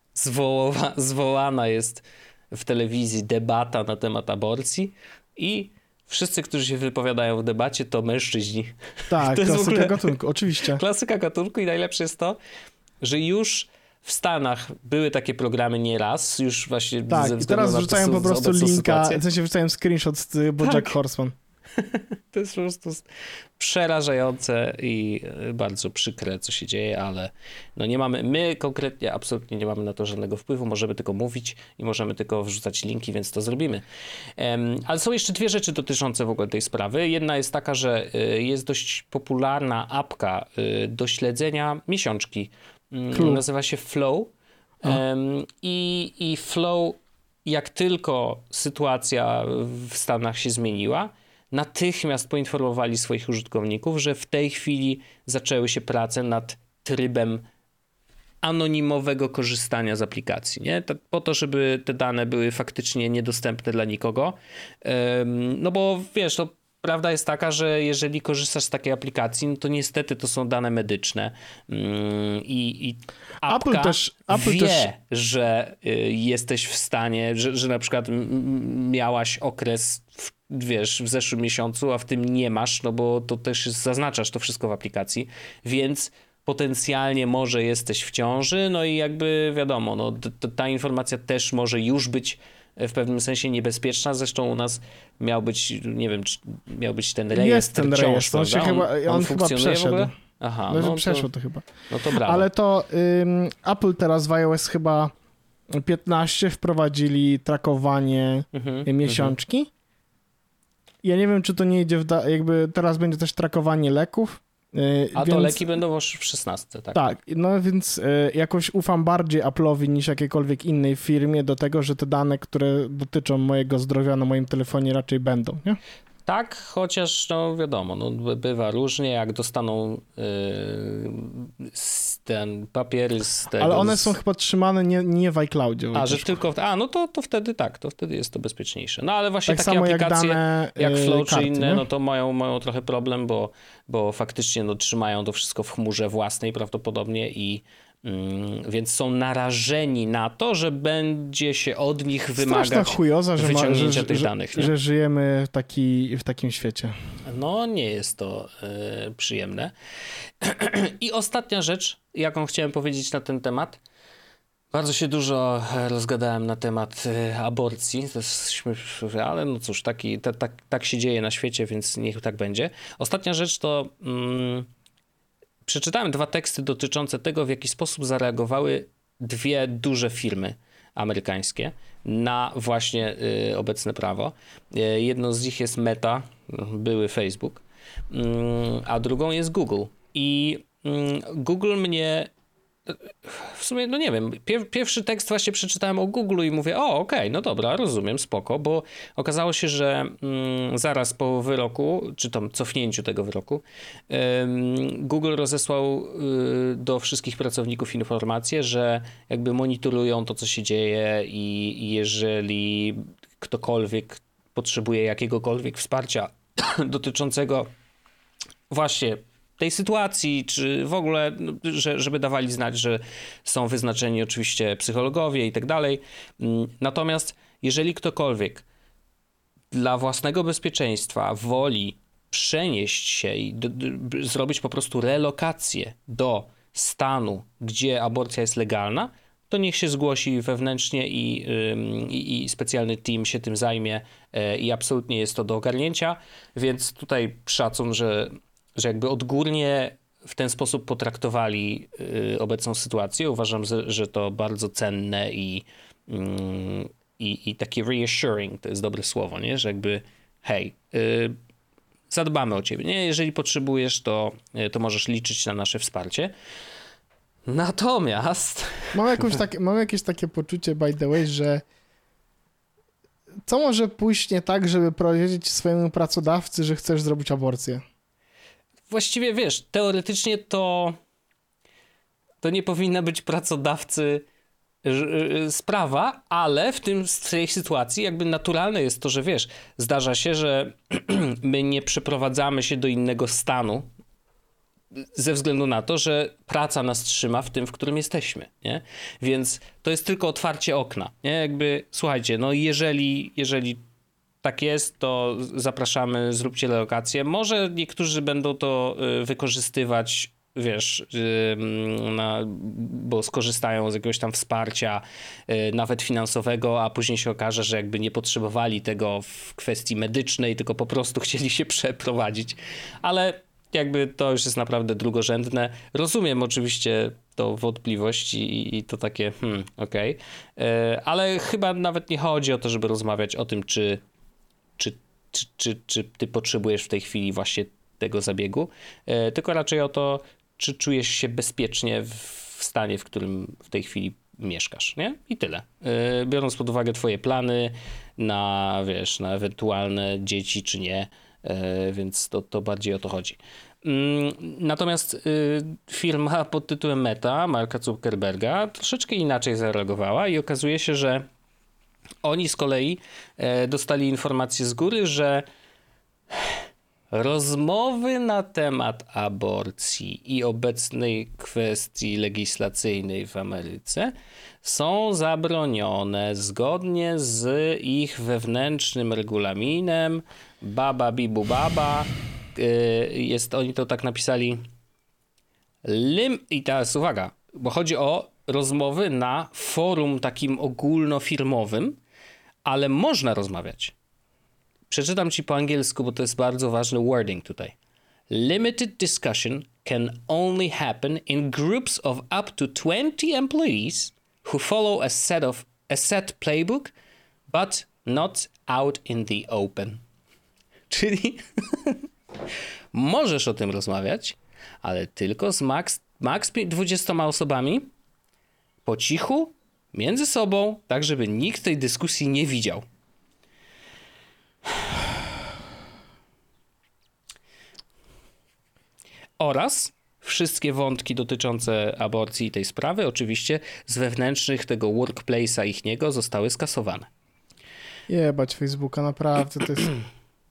zwołana jest w telewizji debata na temat aborcji i wszyscy, którzy się wypowiadają w debacie, to mężczyźni. Tak, to klasyka gatunku, oczywiście. Klasyka gatunku i najlepsze jest to, że już w Stanach były takie programy nieraz, już właśnie tak, ze względu teraz wrzucają po prostu linka, w sensie wrzucają screenshot z BoJack Horseman. To jest po prostu przerażające i bardzo przykre, co się dzieje, ale no nie mamy, my konkretnie absolutnie nie mamy na to żadnego wpływu, możemy tylko mówić i możemy tylko wrzucać linki, więc to zrobimy. Ale są jeszcze dwie rzeczy dotyczące w ogóle tej sprawy. Jedna jest taka, że jest dość popularna apka do śledzenia miesiączki. Nazywa się Flow. I Flow, jak tylko sytuacja w Stanach się zmieniła, natychmiast poinformowali swoich użytkowników, że w tej chwili zaczęły się prace nad trybem anonimowego korzystania z aplikacji, nie? Po to, żeby te dane były faktycznie niedostępne dla nikogo. No bo wiesz, to prawda jest taka, że jeżeli korzystasz z takiej aplikacji, no to niestety to są dane medyczne i Apple też że jesteś w stanie, że na przykład miałaś okres w zeszłym miesiącu, a w tym nie masz, no bo to też zaznaczasz to wszystko w aplikacji, więc potencjalnie może jesteś w ciąży, no i jakby wiadomo, no ta informacja też może już być w pewnym sensie niebezpieczna. Zresztą u nas miał być, nie wiem, czy miał być ten rejestr. Jest ten rejestr, on chyba przeszedł. Aha, no przeszło to chyba. No to brawo. Ale to Apple teraz w iOS chyba 15 wprowadzili trakowanie miesiączki. Ja nie wiem, czy to nie idzie jakby teraz będzie też trakowanie leków. A więc, to leki będą w 16, tak? Tak, no więc jakoś ufam bardziej Apple'owi niż jakiejkolwiek innej firmie do tego, że te dane, które dotyczą mojego zdrowia na moim telefonie raczej będą, nie? Tak, chociaż no wiadomo, no, bywa różnie, jak dostaną ten papiery z tego... Ale one są chyba trzymane nie w iCloudzie. A, że tylko... no to wtedy tak, to wtedy jest to bezpieczniejsze. No ale właśnie tak takie aplikacje jak Flow karty, czy inne, nie? no to mają trochę problem, bo faktycznie no, trzymają to wszystko w chmurze własnej prawdopodobnie i więc są narażeni na to, że będzie się od nich wymagać chujoza, wyciągnięcia tych danych. Nie? Że żyjemy w takim świecie. No nie jest to przyjemne. I ostatnia rzecz, jaką chciałem powiedzieć na ten temat. Bardzo się dużo rozgadałem na temat aborcji, to jest śmieszne, ale no cóż, tak się dzieje na świecie, więc niech tak będzie. Ostatnia rzecz to... Przeczytałem 2 teksty dotyczące tego, w jaki sposób zareagowały 2 duże firmy amerykańskie na właśnie obecne prawo. Jedną z nich jest Meta, były Facebook, a drugą jest Google. I Google mnie... W sumie, no nie wiem, pierwszy tekst właśnie przeczytałem o Google i mówię, okej, no dobra, rozumiem, spoko, bo okazało się, że zaraz po wyroku, czy tam cofnięciu tego wyroku, Google rozesłał do wszystkich pracowników informację, że jakby monitorują to, co się dzieje i jeżeli ktokolwiek potrzebuje jakiegokolwiek wsparcia dotyczącego właśnie tej sytuacji, czy w ogóle, żeby dawali znać, że są wyznaczeni oczywiście psychologowie i tak dalej. Natomiast jeżeli ktokolwiek dla własnego bezpieczeństwa woli przenieść się i zrobić po prostu relokację do stanu, gdzie aborcja jest legalna, to niech się zgłosi wewnętrznie i specjalny team się tym zajmie i absolutnie jest to do ogarnięcia, więc tutaj szacun, że jakby odgórnie w ten sposób potraktowali obecną sytuację. Uważam, że to bardzo cenne i takie reassuring, to jest dobre słowo, nie? Że jakby hej, zadbamy o ciebie, nie? Jeżeli potrzebujesz, to możesz liczyć na nasze wsparcie. Natomiast... Mam jakieś takie poczucie, by the way, że co może pójść nie tak, żeby powiedzieć swojemu pracodawcy, że chcesz zrobić aborcję? Właściwie wiesz, teoretycznie to nie powinna być pracodawcy sprawa, ale w tej sytuacji jakby naturalne jest to, że wiesz, zdarza się, że my nie przeprowadzamy się do innego stanu ze względu na to, że praca nas trzyma w tym, w którym jesteśmy, nie? Więc to jest tylko otwarcie okna, nie? Jakby, słuchajcie, no jeżeli tak jest, to zapraszamy, zróbcie relokację. Może niektórzy będą to wykorzystywać, wiesz, bo skorzystają z jakiegoś tam wsparcia, nawet finansowego, a później się okaże, że jakby nie potrzebowali tego w kwestii medycznej, tylko po prostu chcieli się przeprowadzić. Ale jakby to już jest naprawdę drugorzędne. Rozumiem oczywiście to wątpliwości i to takie, okej. Ale chyba nawet nie chodzi o to, żeby rozmawiać o tym, czy ty potrzebujesz w tej chwili właśnie tego zabiegu, tylko raczej o to, czy czujesz się bezpiecznie w stanie, w którym w tej chwili mieszkasz, nie? I tyle. Biorąc pod uwagę twoje plany na ewentualne dzieci, czy nie, więc to bardziej o to chodzi. Natomiast firma pod tytułem Meta, Marka Zuckerberga, troszeczkę inaczej zareagowała i okazuje się, że oni z kolei dostali informację z góry, że rozmowy na temat aborcji i obecnej kwestii legislacyjnej w Ameryce są zabronione zgodnie z ich wewnętrznym regulaminem. Baba bibu baba. Oni to tak napisali. I teraz uwaga, bo chodzi o rozmowy na forum takim ogólnofirmowym, ale można rozmawiać. Przeczytam ci po angielsku, bo to jest bardzo ważny wording tutaj. Limited discussion can only happen in groups of up to 20 employees who follow a set playbook, but not out in the open. Czyli możesz o tym rozmawiać, ale tylko z max 20 osobami po cichu, między sobą, tak żeby nikt tej dyskusji nie widział. Oraz wszystkie wątki dotyczące aborcji i tej sprawy, oczywiście z wewnętrznych tego workplace'a ichniego zostały skasowane. Jebać Facebooka, naprawdę, to jest...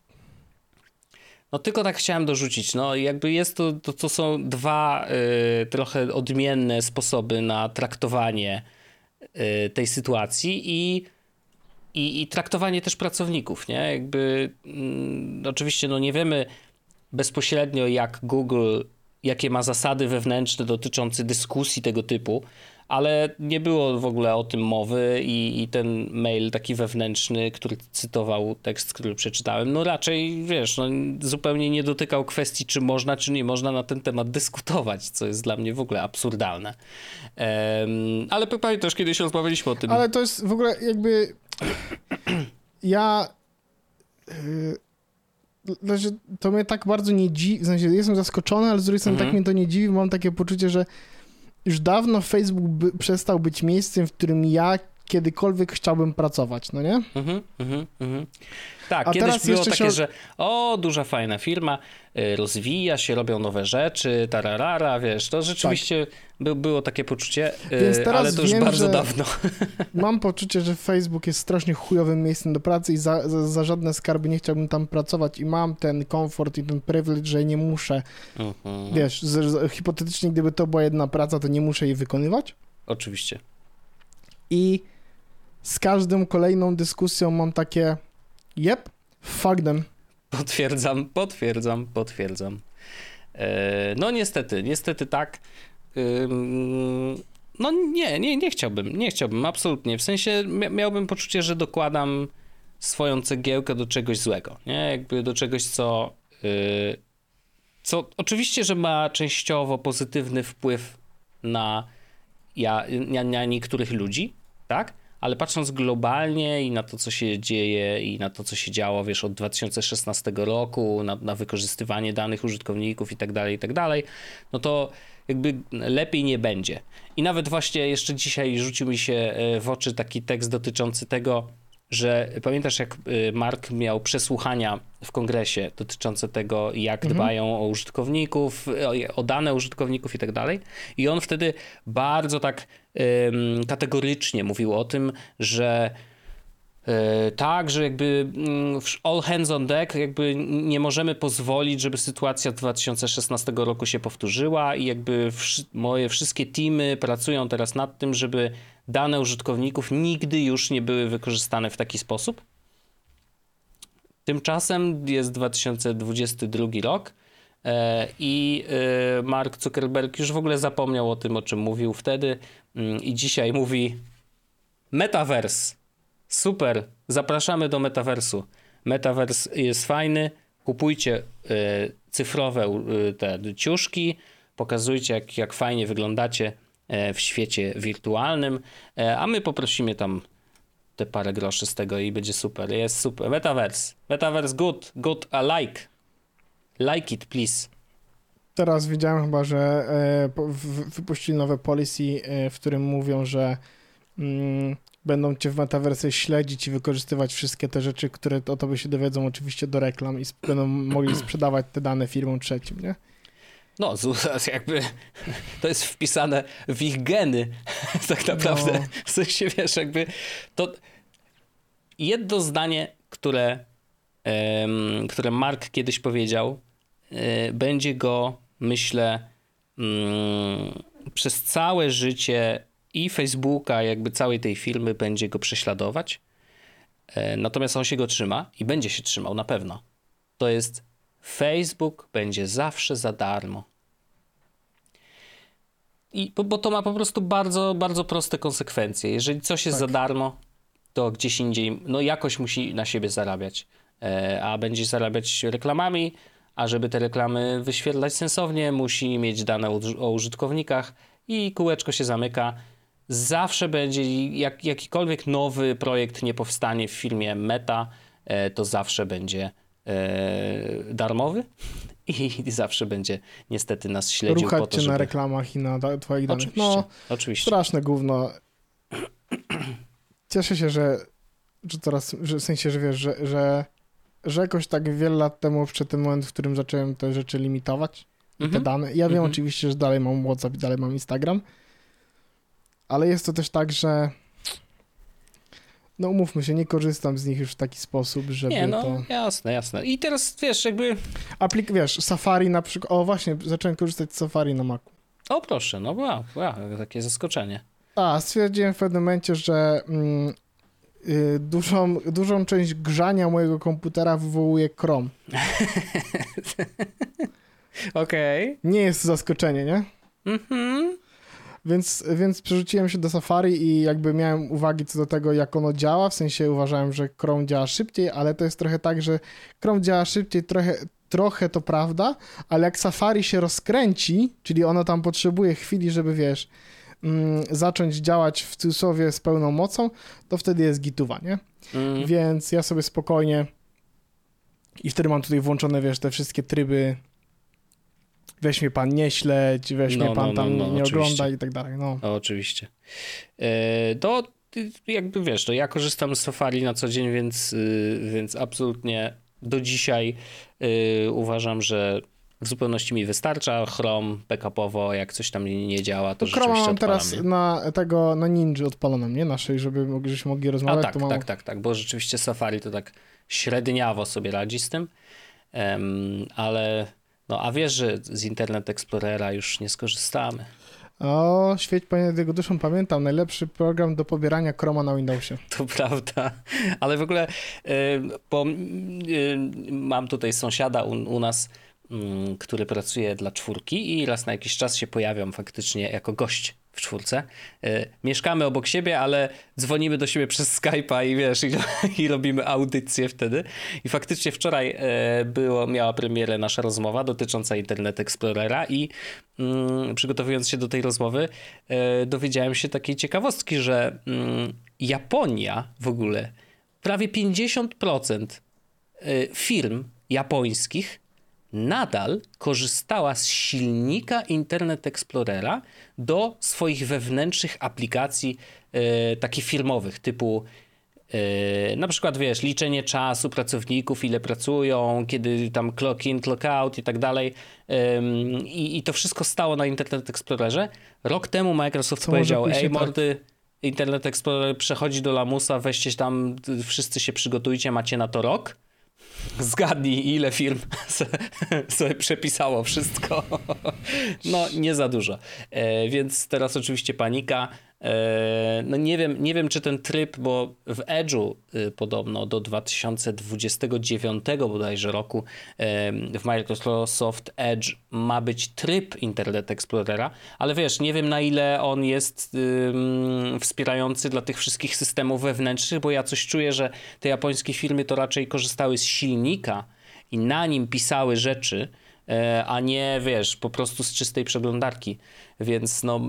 No tylko tak chciałem dorzucić, no jakby jest to są dwa trochę odmienne sposoby na traktowanie tej sytuacji i traktowanie też pracowników, nie? Jakby oczywiście no nie wiemy bezpośrednio jak Google, jakie ma zasady wewnętrzne dotyczące dyskusji tego typu, ale nie było w ogóle o tym mowy i ten mail taki wewnętrzny, który cytował tekst, który przeczytałem, no raczej, wiesz, no zupełnie nie dotykał kwestii, czy można, czy nie można na ten temat dyskutować, co jest dla mnie w ogóle absurdalne. Ale pamiętasz, kiedyś rozmawialiśmy o tym. Ale to jest w ogóle jakby... To mnie tak bardzo nie dziwi, w sensie jestem zaskoczony, ale z drugiej strony tak mnie to nie dziwi, bo mam takie poczucie, że już dawno Facebook przestał być miejscem, w którym ja kiedykolwiek chciałbym pracować, no nie? Tak, a kiedyś było takie, że duża, fajna firma, rozwija się, robią nowe rzeczy, tararara, wiesz, to rzeczywiście było takie poczucie, więc teraz ale to już bardzo dawno. Mam poczucie, że Facebook jest strasznie chujowym miejscem do pracy i za żadne skarby nie chciałbym tam pracować i mam ten komfort i ten privilege, że nie muszę, wiesz, hipotetycznie gdyby to była jedna praca, to nie muszę jej wykonywać. Oczywiście. I z każdą kolejną dyskusją mam takie fuck them. Potwierdzam. No niestety tak. No nie chciałbym, absolutnie. W sensie miałbym poczucie, że dokładam swoją cegiełkę do czegoś złego, nie? Jakby do czegoś, co oczywiście, że ma częściowo pozytywny wpływ na niektórych ludzi, tak? Ale patrząc globalnie i na to, co się dzieje i na to, co się działo, wiesz, od 2016 roku, na wykorzystywanie danych użytkowników i tak dalej, no to jakby lepiej nie będzie. I nawet właśnie jeszcze dzisiaj rzucił mi się w oczy taki tekst dotyczący tego, że pamiętasz, jak Mark miał przesłuchania w kongresie dotyczące tego, jak dbają o użytkowników, o dane użytkowników i tak dalej. I on wtedy bardzo tak kategorycznie mówił o tym, że tak, że jakby all hands on deck, jakby nie możemy pozwolić, żeby sytuacja 2016 roku się powtórzyła i jakby moje wszystkie teamy pracują teraz nad tym, żeby dane użytkowników nigdy już nie były wykorzystane w taki sposób. Tymczasem jest 2022 rok i Mark Zuckerberg już w ogóle zapomniał o tym, o czym mówił wtedy i dzisiaj mówi Metaverse. Super, zapraszamy do metaversu. Metavers jest fajny, kupujcie cyfrowe te ciuszki, pokazujcie jak fajnie wyglądacie w świecie wirtualnym, a my poprosimy tam te parę groszy z tego i będzie super. Jest super. Metaverse good, I like it, please. Teraz widziałem chyba, że wypuścili nowe policy, w którym mówią, że będą cię w metaversie śledzić i wykorzystywać wszystkie te rzeczy, które o tobie się dowiedzą oczywiście do reklam i będą mogli sprzedawać te dane firmom trzecim, nie? No, jakby to jest wpisane w ich geny, tak naprawdę. No. W sensie, wiesz, jakby to jedno zdanie, które Mark kiedyś powiedział, będzie go, myślę, przez całe życie i Facebooka, jakby całej tej firmy będzie go prześladować. Natomiast on się go trzyma i będzie się trzymał na pewno. To jest Facebook będzie zawsze za darmo. Bo to ma po prostu bardzo, bardzo proste konsekwencje. Jeżeli coś jest za darmo, to gdzieś indziej, no jakoś musi na siebie zarabiać. A będzie zarabiać reklamami, a żeby te reklamy wyświetlać sensownie, musi mieć dane o użytkownikach i kółeczko się zamyka. Zawsze będzie, jakikolwiek nowy projekt nie powstanie w firmie Meta, to zawsze będzie darmowy i zawsze będzie niestety nas śledził. Ruchać po to, cię żeby... na reklamach i na twoich danych. Oczywiście, No, oczywiście. straszne gówno. Cieszę się, że w sensie, że wiesz, że jakoś tak wiele lat temu, przed tym moment, w którym zacząłem te rzeczy limitować, te dane. Ja wiem oczywiście, że dalej mam WhatsApp i dalej mam Instagram, ale jest to też tak, że no umówmy się, nie korzystam z nich już w taki sposób, żeby Nie, no to... jasne. I teraz wiesz, jakby... Wiesz, Safari na przykład, o właśnie, zacząłem korzystać z Safari na Macu. O proszę, no wow, takie zaskoczenie. Stwierdziłem w pewnym momencie, że dużą część grzania mojego komputera wywołuje Chrome. Okej. Nie jest to zaskoczenie, nie? Więc przerzuciłem się do Safari i jakby miałem uwagi co do tego, jak ono działa, w sensie uważałem, że Chrome działa szybciej, ale to jest trochę tak, że Chrome działa szybciej, trochę to prawda, ale jak Safari się rozkręci, czyli ono tam potrzebuje chwili, żeby wiesz, zacząć działać w cudzysłowie z pełną mocą, to wtedy jest gituwa, nie? Więc ja sobie spokojnie i wtedy mam tutaj włączone, wiesz, te wszystkie tryby weź mnie pan nie śledź, weź mnie pan tam nie ogląda i tak dalej, no. Oczywiście. To jakby wiesz, to ja korzystam z Safari na co dzień, więc absolutnie do dzisiaj uważam, że w zupełności mi wystarcza. Chrome backupowo, jak coś tam nie działa, to rzeczywiście mam odpalam, teraz na Ninja odpalonym, nie? Naszej, żebyśmy mogli rozmawiać. Tak, bo rzeczywiście Safari to tak średniawo sobie radzi z tym, ale no a wiesz, że z Internet Explorera już nie skorzystamy. O, świeć panie tego duszą, pamiętam, najlepszy program do pobierania Chroma na Windowsie. To prawda, ale w ogóle bo mam tutaj sąsiada u nas, który pracuje dla czwórki i raz na jakiś czas się pojawiam faktycznie jako gość w czwórce. Mieszkamy obok siebie, ale dzwonimy do siebie przez Skype'a i wiesz, i robimy audycję wtedy. I faktycznie wczoraj miała premierę nasza rozmowa dotycząca Internet Explorera i przygotowując się do tej rozmowy dowiedziałem się takiej ciekawostki, że Japonia w ogóle, prawie 50% firm japońskich nadal korzystała z silnika Internet Explorera do swoich wewnętrznych aplikacji takich firmowych, typu na przykład, wiesz, liczenie czasu pracowników, ile pracują, kiedy tam clock in, clock out i tak dalej. I to wszystko stało na Internet Explorerze. Rok temu Microsoft powiedział, mordy, Internet Explorer przechodzi do lamusa, weźcie tam, wszyscy się przygotujcie, macie na to rok. Zgadnij, ile firm sobie przepisało wszystko. No, nie za dużo. Więc teraz oczywiście panika. No nie wiem, czy ten tryb, bo w Edge'u podobno do 2029 bodajże roku w Microsoft Edge ma być tryb Internet Explorera, ale wiesz, nie wiem na ile on jest wspierający dla tych wszystkich systemów wewnętrznych, bo ja coś czuję, że te japońskie firmy to raczej korzystały z silnika i na nim pisały rzeczy, a nie, wiesz, po prostu z czystej przeglądarki. Więc no...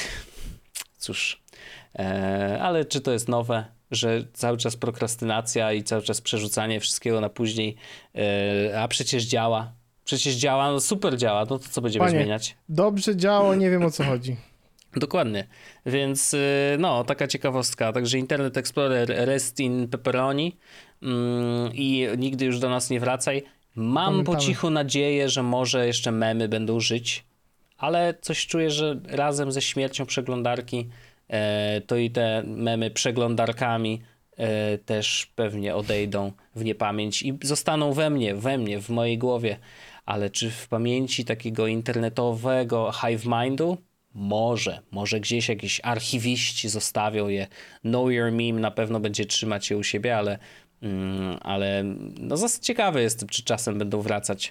Cóż, ale czy to jest nowe, że cały czas prokrastynacja i cały czas przerzucanie wszystkiego na później, a przecież działa, no super działa, no to co będziemy zmieniać? Dobrze działa, nie wiem o co chodzi. Dokładnie, więc no, taka ciekawostka. Także Internet Explorer, rest in pepperoni i nigdy już do nas nie wracaj. Mam po cichu nadzieję, że może jeszcze memy będą żyć, ale coś czuję, że razem ze śmiercią przeglądarki to i te memy przeglądarkami też pewnie odejdą w niepamięć i zostaną we mnie, w mojej głowie. Ale czy w pamięci takiego internetowego hive mindu? Może gdzieś jakiś archiwiści zostawią je. Know Your Meme na pewno będzie trzymać je u siebie, ale no ciekawy jestem, czy czasem będą wracać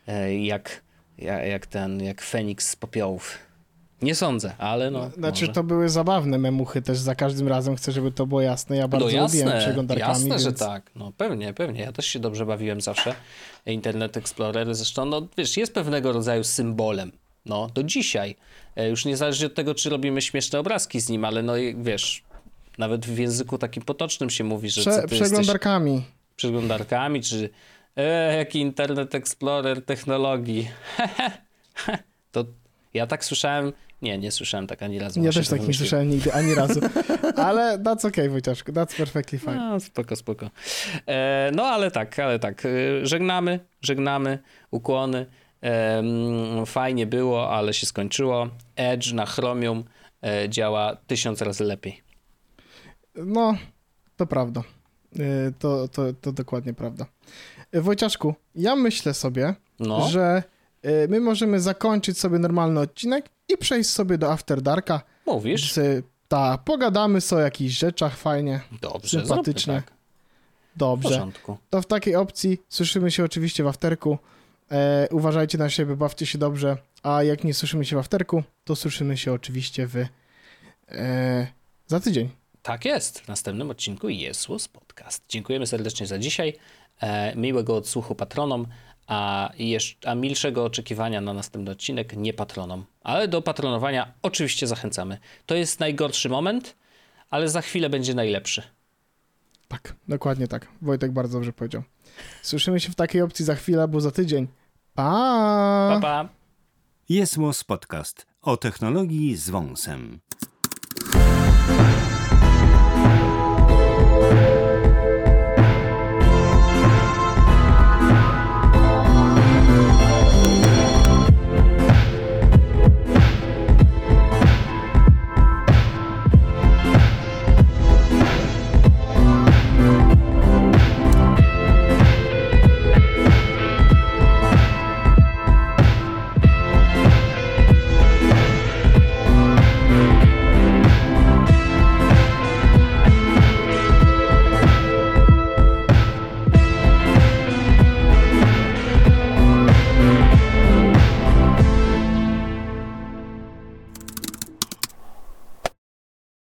jak Feniks z popiołów. Nie sądzę, ale no. Znaczy może. to były zabawne memuchy też za każdym razem, chcę, żeby to było jasne. Ja bardzo lubiłem przeglądarkami. Jasne, więc... że tak. No pewnie. Ja też się dobrze bawiłem zawsze. Internet Explorer zresztą, no wiesz, jest pewnego rodzaju symbolem. No, do dzisiaj. Już niezależnie od tego, czy robimy śmieszne obrazki z nim, ale no wiesz, nawet w języku takim potocznym się mówi, że przeglądarkami. Przeglądarkami, czy jaki Internet Explorer technologii. To ja tak słyszałem, nie słyszałem tak ani razu. Ja też tak nie słyszałem nigdy, ani razu. Ale that's okay, Wojciaszku, that's perfectly fine. No, spoko. No ale tak. Żegnamy, ukłony. Fajnie było, ale się skończyło. Edge na Chromium działa 1000 razy lepiej. No, to prawda. To dokładnie prawda. Wojciaszku, ja myślę sobie, że my możemy zakończyć sobie normalny odcinek i przejść sobie do After Darka. Mówisz? Pogadamy sobie o jakichś rzeczach fajnie, dobrze, sympatycznie. Tak. Dobrze. W porządku. To w takiej opcji słyszymy się oczywiście w Afterku. Uważajcie na siebie, bawcie się dobrze, a jak nie słyszymy się w Afterku, to słyszymy się oczywiście za tydzień. Tak jest, w następnym odcinku Jesus Podcast. Dziękujemy serdecznie za dzisiaj, miłego odsłuchu patronom, a milszego oczekiwania na następny odcinek nie patronom, ale do patronowania oczywiście zachęcamy. To jest najgorszy moment, ale za chwilę będzie najlepszy. Tak, dokładnie tak. Wojtek bardzo dobrze powiedział. Słyszymy się w takiej opcji za chwilę, albo za tydzień. Pa! Pa! Jesus Podcast o technologii z wąsem.